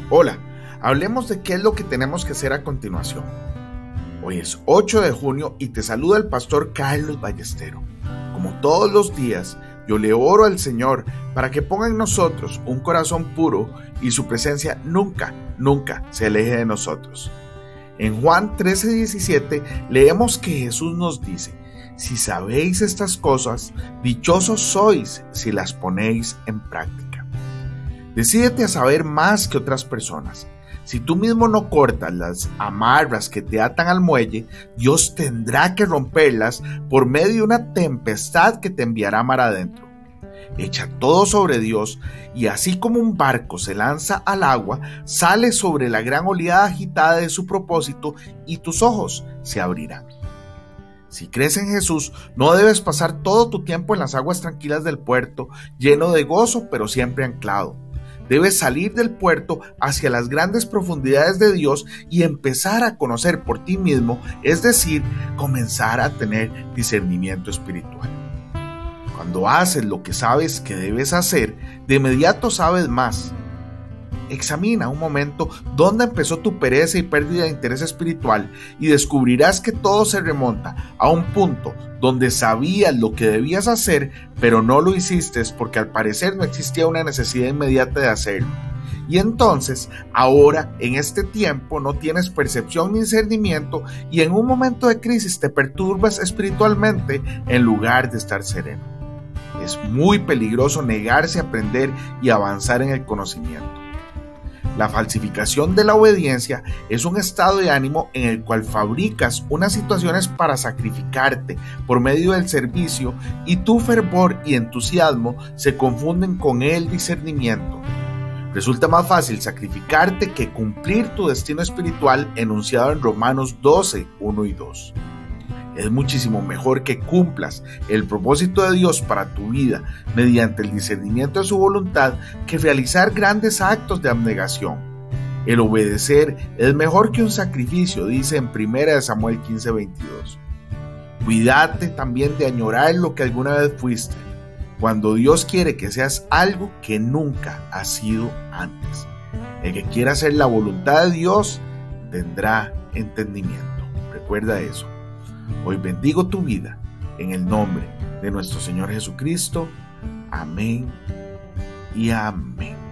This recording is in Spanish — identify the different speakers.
Speaker 1: Hola, hablemos de qué es lo que tenemos que hacer a continuación. Hoy es 8 de junio y te saluda el pastor Carlos Ballestero. Como todos los días, yo le oro al Señor para que ponga en nosotros un corazón puro y su presencia nunca se aleje de nosotros. En Juan 13:17 leemos que Jesús nos dice: si sabéis estas cosas, dichosos sois si las ponéis en práctica. Decídete a saber más que otras personas. Si tú mismo no cortas las amarras que te atan al muelle, Dios tendrá que romperlas por medio de una tempestad que te enviará mar adentro. Echa todo sobre Dios y así como un barco se lanza al agua, sale sobre la gran oleada agitada de su propósito y tus ojos se abrirán. Si crees en Jesús, no debes pasar todo tu tiempo en las aguas tranquilas del puerto, lleno de gozo pero siempre anclado. Debes salir del puerto hacia las grandes profundidades de Dios y empezar a conocer por ti mismo, es decir, comenzar a tener discernimiento espiritual. Cuando haces lo que sabes que debes hacer, de inmediato sabes más. Examina un momento dónde empezó tu pereza y pérdida de interés espiritual y descubrirás que todo se remonta a un punto donde sabías lo que debías hacer, pero no lo hiciste porque al parecer no existía una necesidad inmediata de hacerlo. Y entonces, ahora, en este tiempo, no tienes percepción ni discernimiento y en un momento de crisis te perturbas espiritualmente en lugar de estar sereno. Es muy peligroso negarse a aprender y avanzar en el conocimiento. La falsificación de la obediencia es un estado de ánimo en el cual fabricas unas situaciones para sacrificarte por medio del servicio y tu fervor y entusiasmo se confunden con el discernimiento. Resulta más fácil sacrificarte que cumplir tu destino espiritual enunciado en Romanos 12, 1 y 2. Es muchísimo mejor que cumplas el propósito de Dios para tu vida mediante el discernimiento de su voluntad que realizar grandes actos de abnegación. El obedecer es mejor que un sacrificio, dice en 1 Samuel 15:22. Cuídate también de añorar lo que alguna vez fuiste, cuando Dios quiere que seas algo que nunca has sido antes. El que quiera hacer la voluntad de Dios tendrá entendimiento. Recuerda eso. Hoy bendigo tu vida en el nombre de nuestro Señor Jesucristo. Amén y amén.